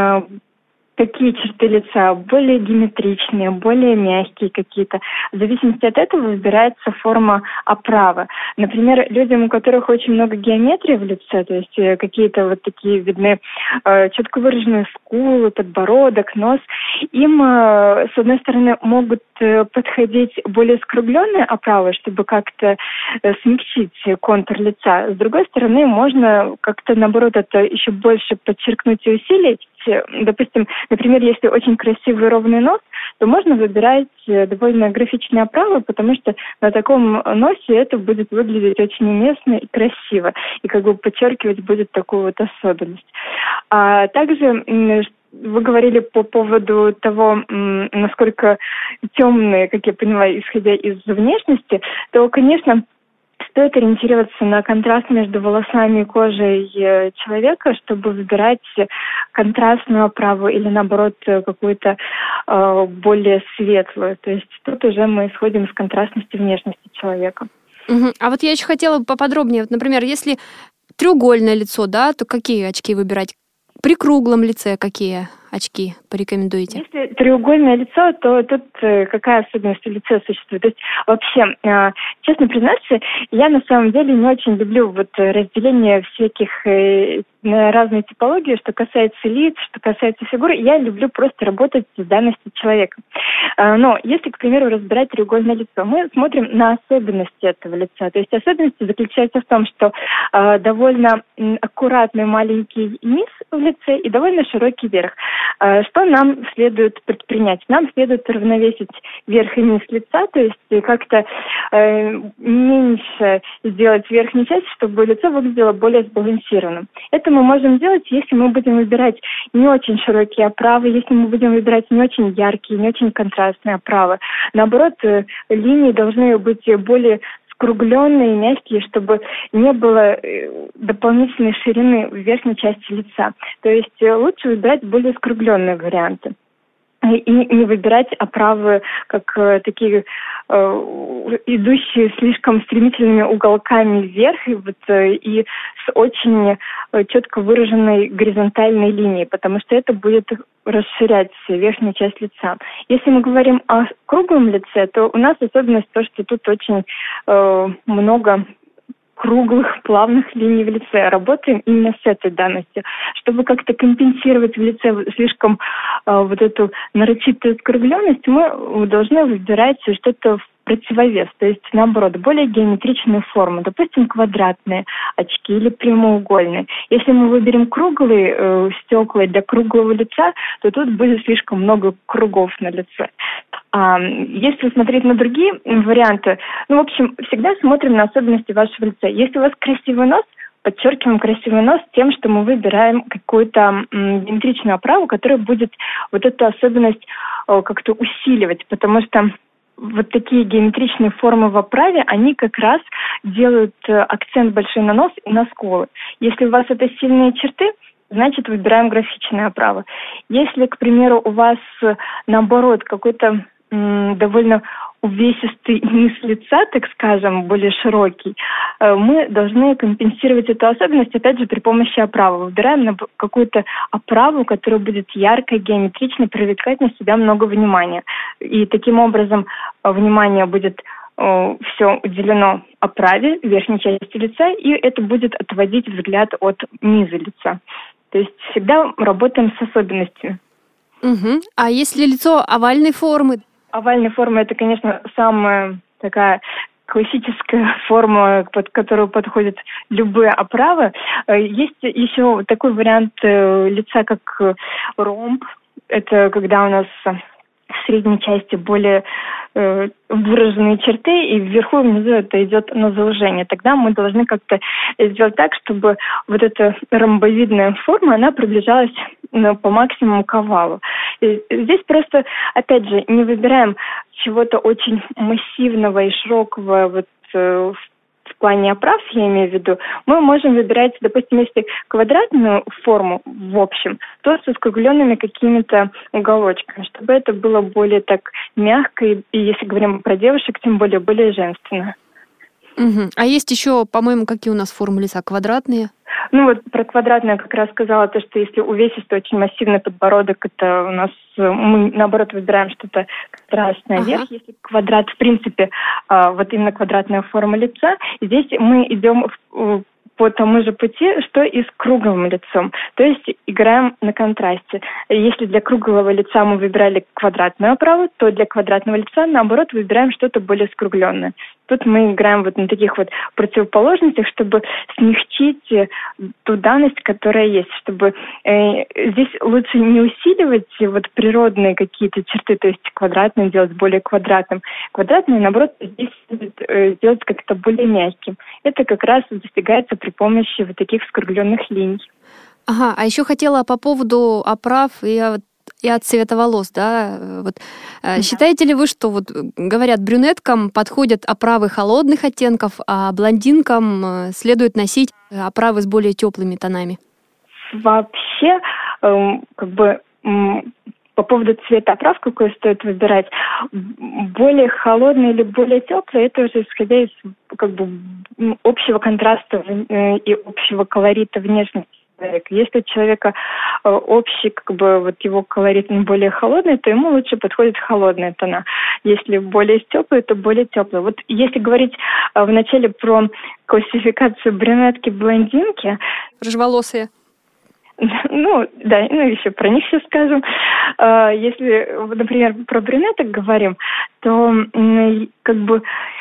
какие черты лица, более геометричные, более мягкие какие-то. В зависимости от этого выбирается форма оправы. Например, людям, у которых очень много геометрии в лице, то есть какие-то вот такие видны э, четко выраженные скулы, подбородок, нос, им, э, с одной стороны, могут э, подходить более скругленные оправы, чтобы как-то э, смягчить контур лица. С другой стороны, можно как-то, наоборот, это еще больше подчеркнуть и усилить. Допустим, например, если очень красивый ровный нос, то можно выбирать довольно графичные оправы, потому что на таком носе это будет выглядеть очень уместно и красиво, и как бы подчеркивать будет такую вот особенность. А также вы говорили по поводу того, насколько темные, как я поняла, исходя из внешности, то, конечно, стоит ориентироваться на контраст между волосами и кожей человека, чтобы выбирать контрастную оправу или, наоборот, какую-то э, более светлую. То есть тут уже мы исходим из контрастности внешности человека. Угу. А вот я еще хотела бы поподробнее. Вот, например, если треугольное лицо, да, то какие очки выбирать? При круглом лице какие очки порекомендуете? Если треугольное лицо, то тут какая особенность у лица существует? То есть вообще, честно признаться, я на самом деле не очень люблю вот разделение всяких на разные типологии, что касается лиц, что касается фигуры. Я люблю просто работать с данностью человека. Но если, к примеру, разбирать треугольное лицо, мы смотрим на особенности этого лица. То есть особенности заключаются в том, что довольно аккуратный маленький низ в лице и довольно широкий верх. Что нам следует предпринять? Нам следует равновесить верх и низ лица, то есть как-то э, меньше сделать верхнюю часть, чтобы лицо выглядело более сбалансированным. Это мы можем делать, если мы будем выбирать не очень широкие оправы, если мы будем выбирать не очень яркие, не очень контрастные оправы. Наоборот, э, линии должны быть более скругленные, мягкие, чтобы не было дополнительной ширины в верхней части лица. То есть лучше выбирать более скругленные варианты. И не выбирать оправы как э, такие э, идущие слишком стремительными уголками вверх и, вот, э, и с очень э, четко выраженной горизонтальной линией, потому что это будет расширять верхнюю часть лица. Если мы говорим о круглом лице, то у нас особенность то, что тут очень э, много круглых, плавных линий в лице. Работаем именно с этой данностью, чтобы как-то компенсировать в лице слишком э, вот эту нарочитую скругленность, мы должны выбирать что-то в противовес, то есть наоборот, более геометричные формы, допустим, квадратные очки или прямоугольные. Если мы выберем круглые э, стекла для круглого лица, то тут будет слишком много кругов на лице. А если смотреть на другие варианты, ну, в общем, всегда смотрим на особенности вашего лица. Если у вас красивый нос, подчеркиваем красивый нос тем, что мы выбираем какую-то геометричную оправу, которая будет вот эту особенность э, как-то усиливать, потому что вот такие геометричные формы в оправе, они как раз делают акцент большой на нос и на скулы. Если у вас это сильные черты, значит, выбираем графичные оправы. Если, к примеру, у вас, наоборот, какой-то м, довольно увесистый низ лица, так скажем, более широкий, мы должны компенсировать эту особенность, опять же, при помощи оправы. Выбираем какую-то оправу, которая будет яркой, геометричной, привлекать на себя много внимания. И таким образом внимание будет э, все уделено оправе верхней части лица, и это будет отводить взгляд от низа лица. То есть всегда работаем с особенностями. Угу. А если лицо овальной формы? Овальная форма – это, конечно, самая такая классическая форма, под которую подходят любые оправы. Есть еще такой вариант лица, как ромб. Это когда у нас в средней части более э, выраженные черты, и вверху и внизу это идет на заужение. Тогда мы должны как-то сделать так, чтобы вот эта ромбовидная форма, она приближалась ну, по максимуму к овалу. И здесь просто, опять же, не выбираем чего-то очень массивного и широкого вот, э, в плане оправ, я имею в виду, мы можем выбирать, допустим, если квадратную форму в общем, то со скругленными какими-то уголочками, чтобы это было более так мягко, и, и если говорим про девушек, тем более более женственно. Угу. А есть еще, по-моему, какие у нас формы лица? Квадратные? Ну вот про квадратное как раз сказала, то, что если увесистый, очень массивный подбородок, это у нас, мы наоборот выбираем что-то контрастное ага. вверх. Если квадрат, в принципе, вот именно квадратная форма лица, здесь мы идем в по тому же пути, что и с круглым лицом. То есть играем на контрасте. Если для круглого лица мы выбирали квадратную оправу, то для квадратного лица, наоборот, выбираем что-то более скругленное. Тут мы играем вот на таких вот противоположностях, чтобы смягчить ту данность, которая есть, чтобы э, здесь лучше не усиливать вот природные какие-то черты, то есть квадратное делать более квадратным. Квадратное, наоборот, здесь э, сделать как-то более мягким. Это как раз достигается при помощи вот таких скругленных линий. Ага, а еще хотела по поводу оправ и от, и от цвета волос, да? Вот, да. Считаете ли вы, что вот говорят, брюнеткам подходят оправы холодных оттенков, а блондинкам следует носить оправы с более теплыми тонами? Вообще, эм, как бы эм, по поводу цвета оправ, какой стоит выбирать, более холодный или более теплый, это уже исходя из как бы общего контраста и общего колорита внешности человека. Если у человека общий, как бы вот его колорит более холодный, то ему лучше подходят холодные тона. Если более теплые, то более теплые. Вот если говорить вначале про классификацию брюнетки-блондинки, рыжеволосые. Ну, да, ну еще про них все скажем. Если, например, про брюнеток говорим, то как бы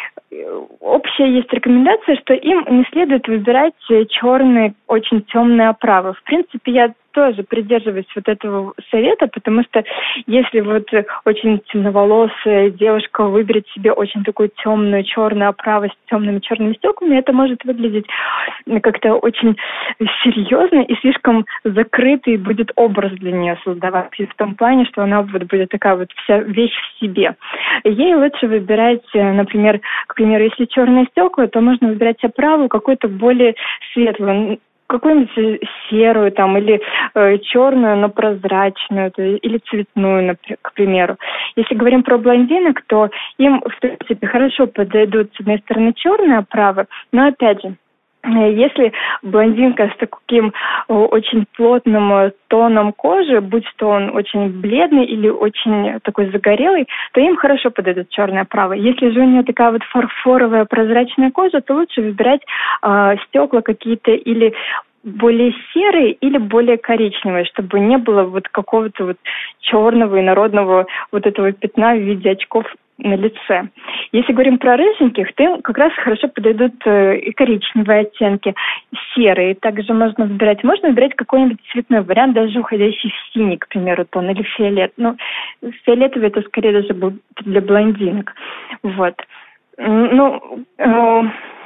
общая есть рекомендация, что им не следует выбирать черные, очень темные оправы. В принципе, я тоже придерживаюсь вот этого совета, потому что если вот очень темноволосая девушка выберет себе очень такую темную черную оправу с темными черными стеклами, это может выглядеть как-то очень серьезно и слишком закрытый будет образ для нее создаваться в том плане, что она вот будет такая вот вся вещь в себе. Ей лучше выбирать, например, к примеру, если черные стекла, то можно выбирать оправу какую-то более светлую, какую-нибудь серую там, или э, черную, но прозрачную, то, или цветную, например, к примеру. Если говорим про блондинок, то им, в принципе, хорошо подойдут, с одной стороны, черные оправы, но, опять же, если блондинка с таким очень плотным тоном кожи, будь то он очень бледный или очень такой загорелый, то им хорошо подойдут черные оправы. Если же у нее такая вот фарфоровая прозрачная кожа, то лучше выбирать э, стекла какие-то или более серые или более коричневые, чтобы не было вот какого-то вот черного и народного вот этого пятна в виде очков на лице. Если говорим про рыженьких, то им как раз хорошо подойдут и коричневые оттенки, серые. Также можно выбирать, можно выбирать какой-нибудь цветной вариант, даже уходящий в синий, к примеру, тон, или фиолет. Ну, фиолетовый это скорее даже был для блондинок. Вот. Ну, э-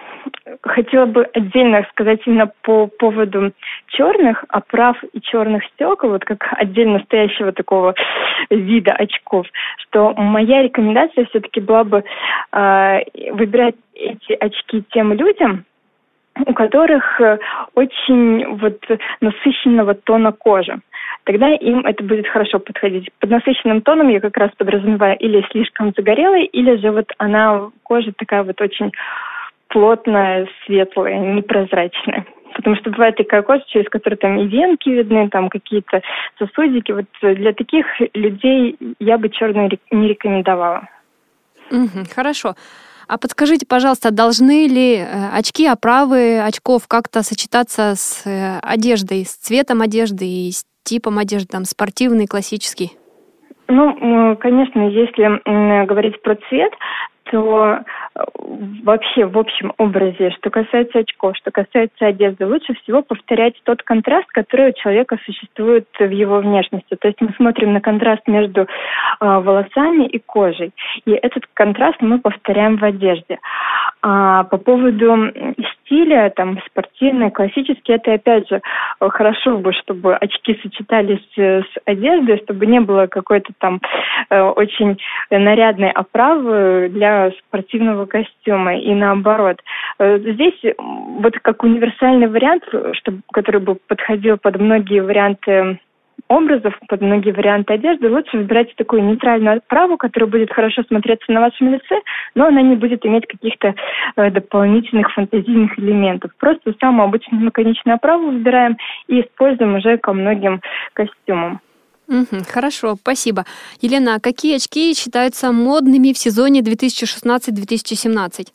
хотела бы отдельно сказать именно по поводу черных оправ и черных стекол, вот как отдельно стоящего такого вида очков, что моя рекомендация все-таки была бы э, выбирать эти очки тем людям, у которых очень вот насыщенного тона кожи. Тогда им это будет хорошо подходить. Под насыщенным тоном я как раз подразумеваю или слишком загорелой, или же вот она, кожа такая вот очень плотная, светлая, непрозрачная. Потому что бывает такая кожа, через которую там и венки видны, там какие-то сосудики. Вот для таких людей я бы черную не рекомендовала. Угу, хорошо. А подскажите, пожалуйста, должны ли очки, оправы очков как-то сочетаться с одеждой, с цветом одежды и с типом одежды, там, спортивный, классический? Ну, конечно, если говорить про цвет, что вообще в общем образе, что касается очков, что касается одежды, лучше всего повторять тот контраст, который у человека существует в его внешности. То есть мы смотрим на контраст между э, волосами и кожей. И этот контраст мы повторяем в одежде. А по поводу стиля, там, спортивный, классический, это, опять же, хорошо бы, чтобы очки сочетались с одеждой, чтобы не было какой-то там э, очень нарядной оправы для спортивного костюма и наоборот. Э, здесь вот как универсальный вариант, чтобы, который бы подходил под многие варианты образов, под многие варианты одежды, лучше выбирать такую нейтральную оправу, которая будет хорошо смотреться на вашем лице, но она не будет иметь каких-то э, дополнительных фантазийных элементов. Просто самую обычную механичную оправу выбираем и используем уже ко многим костюмам. Угу, хорошо, спасибо. Елена, а какие очки считаются модными в сезоне две тысячи шестнадцать - две тысячи семнадцать?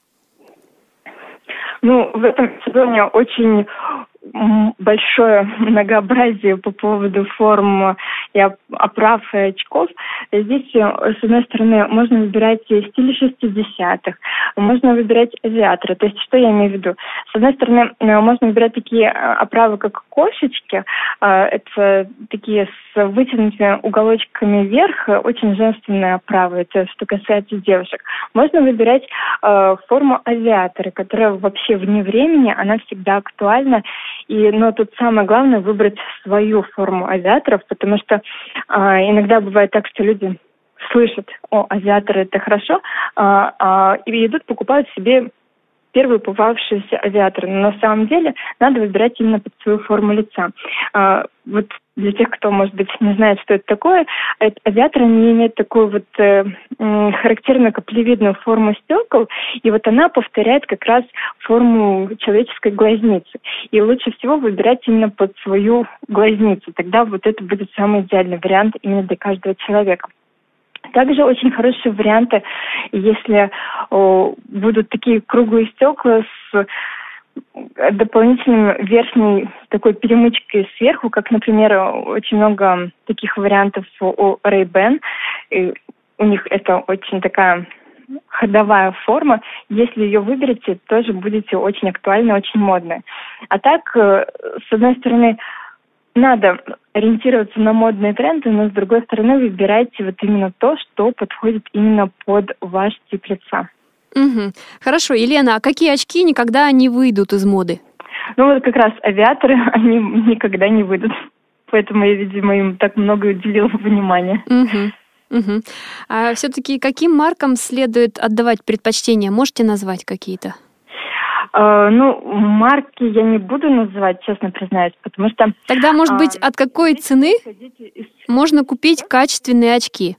Ну, в этом сезоне очень большое многообразие по поводу форм и оправ и очков. Здесь, с одной стороны, можно выбирать стиль шестидесятых, можно выбирать авиаторы. То есть, что я имею в виду? С одной стороны, можно выбирать такие оправы, как кошечки. Это такие с вытянутыми уголочками вверх, очень женственные оправы. Это что касается девушек. Можно выбирать форму авиаторы, которая вообще вне времени, она всегда актуальна. И, но тут самое главное выбрать свою форму авиаторов, потому что а, иногда бывает так, что люди слышат: о, авиаторы это хорошо, а, а, и идут, покупают себе первые попавшиеся авиаторы. Но на самом деле надо выбирать именно под свою форму лица. А, вот для тех, кто, может быть, не знает, что это такое, авиатор не имеет такую вот э, характерную каплевидную форму стекол, и вот она повторяет как раз форму человеческой глазницы. И лучше всего выбирать именно под свою глазницу. Тогда вот это будет самый идеальный вариант именно для каждого человека. Также очень хорошие варианты, если о, будут такие круглые стекла с дополнительной верхней такой перемычкой сверху, как, например, очень много таких вариантов у Ray-Ban. И у них это очень такая ходовая форма. Если ее выберете, тоже будете очень актуальны, очень модны. А так, с одной стороны, надо ориентироваться на модные тренды, но с другой стороны выбирайте вот именно то, что подходит именно под ваш тип лица. Угу. Хорошо, Елена, а какие очки никогда не выйдут из моды? Ну вот как раз авиаторы, они никогда не выйдут. Поэтому я, видимо, им так много уделила внимания. Угу. Угу. А все-таки каким маркам следует отдавать предпочтение? Можете назвать какие-то? Uh, ну, марки я не буду называть, честно признаюсь, потому что... Тогда, может быть, uh, от какой цены из... можно купить качественные очки?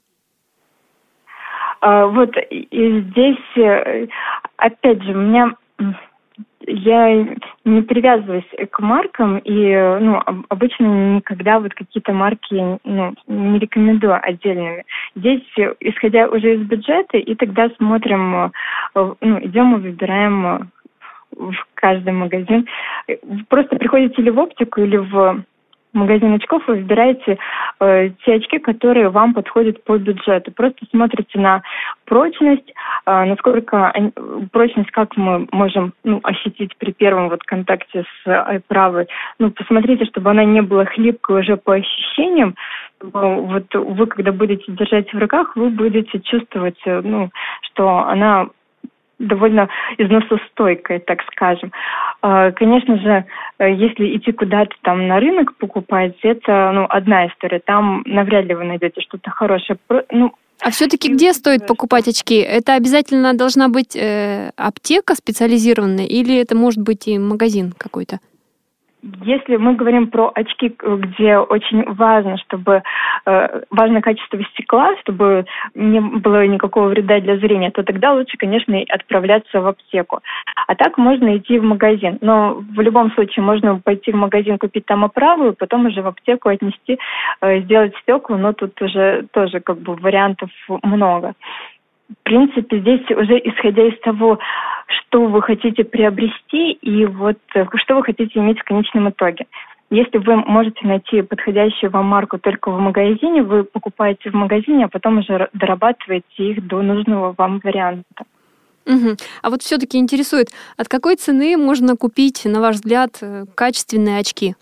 Uh, вот и здесь, опять же, у меня... Я не привязываюсь к маркам, и ну, обычно никогда вот какие-то марки ну, не рекомендую отдельными. Здесь, исходя уже из бюджета, и тогда смотрим, ну, идем и выбираем в каждый магазин. Просто приходите или в оптику, или в магазин очков, вы выбираете э, те очки, которые вам подходят по бюджету. Просто смотрите на прочность, э, насколько они, прочность, как мы можем ну, ощутить при первом вот контакте с оправой. Ну, посмотрите, чтобы она не была хлипкой уже по ощущениям. Вот вы, когда будете держать в руках, вы будете чувствовать, ну, что она довольно износостойкая, так скажем. Конечно же, если идти куда-то там на рынок покупать, это ну, одна история. Там навряд ли вы найдете что-то хорошее. Ну, а все-таки где стоит покупать очки? Это обязательно должна быть э, аптека специализированная или это может быть и магазин какой-то? Если мы говорим про очки, где очень важно, чтобы э, важно качество стекла, чтобы не было никакого вреда для зрения, то тогда лучше, конечно, отправляться в аптеку. А так можно идти в магазин. Но в любом случае можно пойти в магазин, купить там оправу, и потом уже в аптеку отнести, э, сделать стекла, но тут уже тоже как бы вариантов много. В принципе, здесь уже исходя из того, что вы хотите приобрести и вот что вы хотите иметь в конечном итоге. Если вы можете найти подходящую вам марку только в магазине, вы покупаете в магазине, а потом уже дорабатываете их до нужного вам варианта. Угу. А вот все-таки интересует, от какой цены можно купить, на ваш взгляд, качественные очки?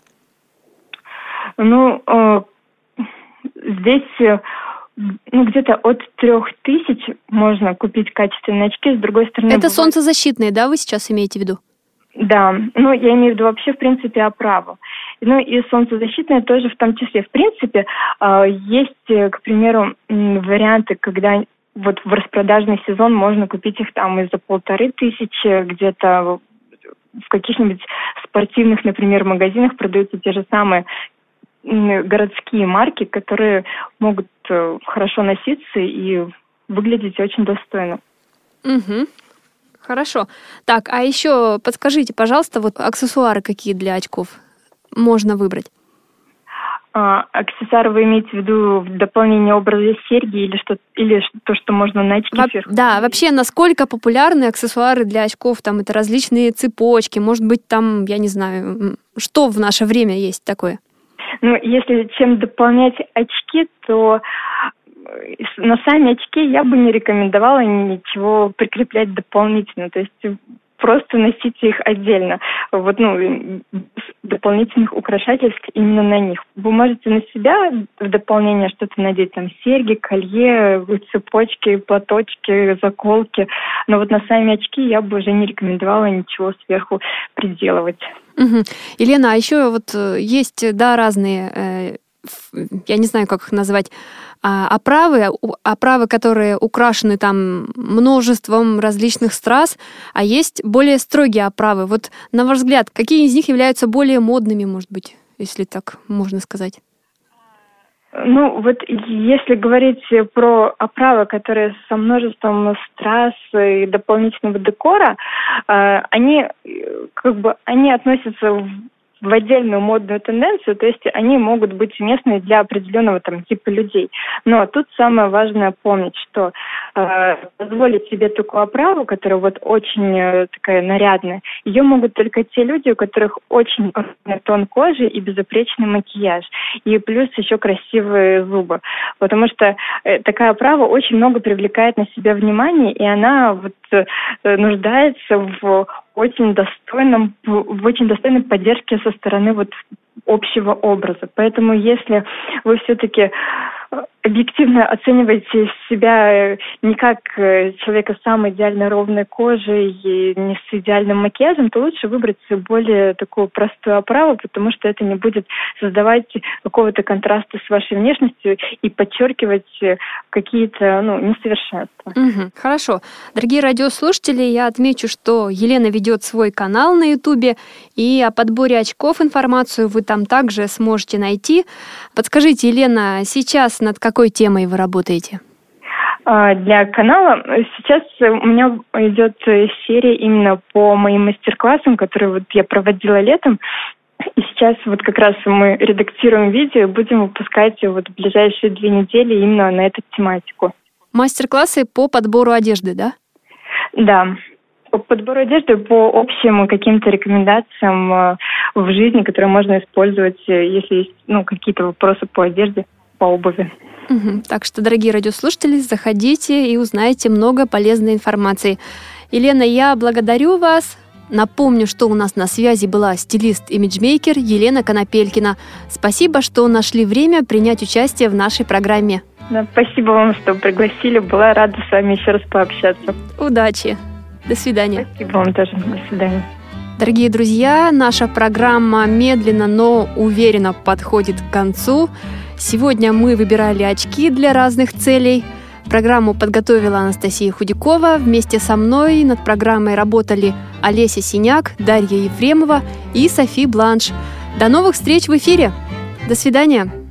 Ну, э, здесь э, ну, где-то от трех тысяч можно купить качественные очки. С другой стороны... Это бывает... солнцезащитные, да, вы сейчас имеете в виду? Да, ну, я имею в виду вообще, в принципе, оправу. Ну, и солнцезащитные тоже в том числе. В принципе, э, есть, к примеру, варианты, когда... Вот в распродажный сезон можно купить их там и за полторы тысячи, где-то в каких-нибудь спортивных, например, магазинах продаются те же самые городские марки, которые могут хорошо носиться и выглядеть очень достойно. Угу. Хорошо. Так, а еще подскажите, пожалуйста, вот аксессуары какие для очков можно выбрать? А, аксессуары вы имеете в виду в дополнение образа серьги или что, или то, что можно на очки Во- сверху? Да, вообще, насколько популярны аксессуары для очков? Там это различные цепочки, может быть, там, я не знаю, что в наше время есть такое? Ну, если чем дополнять очки, то на сами очки я бы не рекомендовала ничего прикреплять дополнительно. То есть просто носите их отдельно. Вот, ну, дополнительных украшательств именно на них. Вы можете на себя в дополнение что-то надеть, там, серьги, колье, цепочки, платочки, заколки. Но вот на сами очки я бы уже не рекомендовала ничего сверху приделывать. Угу. Елена, а еще вот есть, да, разные, э, я не знаю, как их назвать, оправы, оправы, которые украшены там множеством различных страз, а есть более строгие оправы. Вот, на ваш взгляд, какие из них являются более модными, может быть, если так можно сказать? Ну, вот если говорить про оправы, которые со множеством страз и дополнительного декора, э, они как бы они относятся в в отдельную модную тенденцию, то есть они могут быть уместны для определенного там типа людей. Но тут самое важное помнить, что э, позволить себе такую оправу, которая вот очень э, такая нарядная, ее могут только те люди, у которых очень ровный тон кожи и безупречный макияж. И плюс еще красивые зубы. Потому что э, такая оправа очень много привлекает на себя внимание, и она вот э, нуждается в очень достойном, в очень достойной поддержке со стороны вот общего образа. Поэтому если вы все-таки объективно оцениваете себя не как человека с самой идеально ровной кожей и не с идеальным макияжем, то лучше выбрать более такую простую оправу, потому что это не будет создавать какого-то контраста с вашей внешностью и подчеркивать какие-то, ну, несовершенства. Угу, хорошо. Дорогие радиослушатели, я отмечу, что Елена ведет свой канал на Ютубе, и о подборе очков информацию вы там также сможете найти. Подскажите, Елена, сейчас над какой темой вы работаете? Для канала сейчас у меня идет серия именно по моим мастер-классам, которые вот я проводила летом. И сейчас вот как раз мы редактируем видео и будем выпускать вот в ближайшие две недели именно на эту тематику. Мастер-классы по подбору одежды, да? Да. По подбору одежды, по общим каким-то рекомендациям в жизни, которые можно использовать, если есть, ну, какие-то вопросы по одежде, по обуви. Угу. Так что, дорогие радиослушатели, заходите и узнайте много полезной информации. Елена, я благодарю вас. Напомню, что у нас на связи была стилист-имиджмейкер Елена Конопелькина. Спасибо, что нашли время принять участие в нашей программе. Да, спасибо вам, что пригласили. Была рада с вами еще раз пообщаться. Удачи. До свидания. Спасибо вам тоже. До свидания. Дорогие друзья, наша программа медленно, но уверенно подходит к концу. Сегодня мы выбирали очки для разных целей. Программу подготовила Анастасия Худякова. Вместе со мной над программой работали Олеся Синяк, Дарья Ефремова и Софи Бланш. До новых встреч в эфире. До свидания.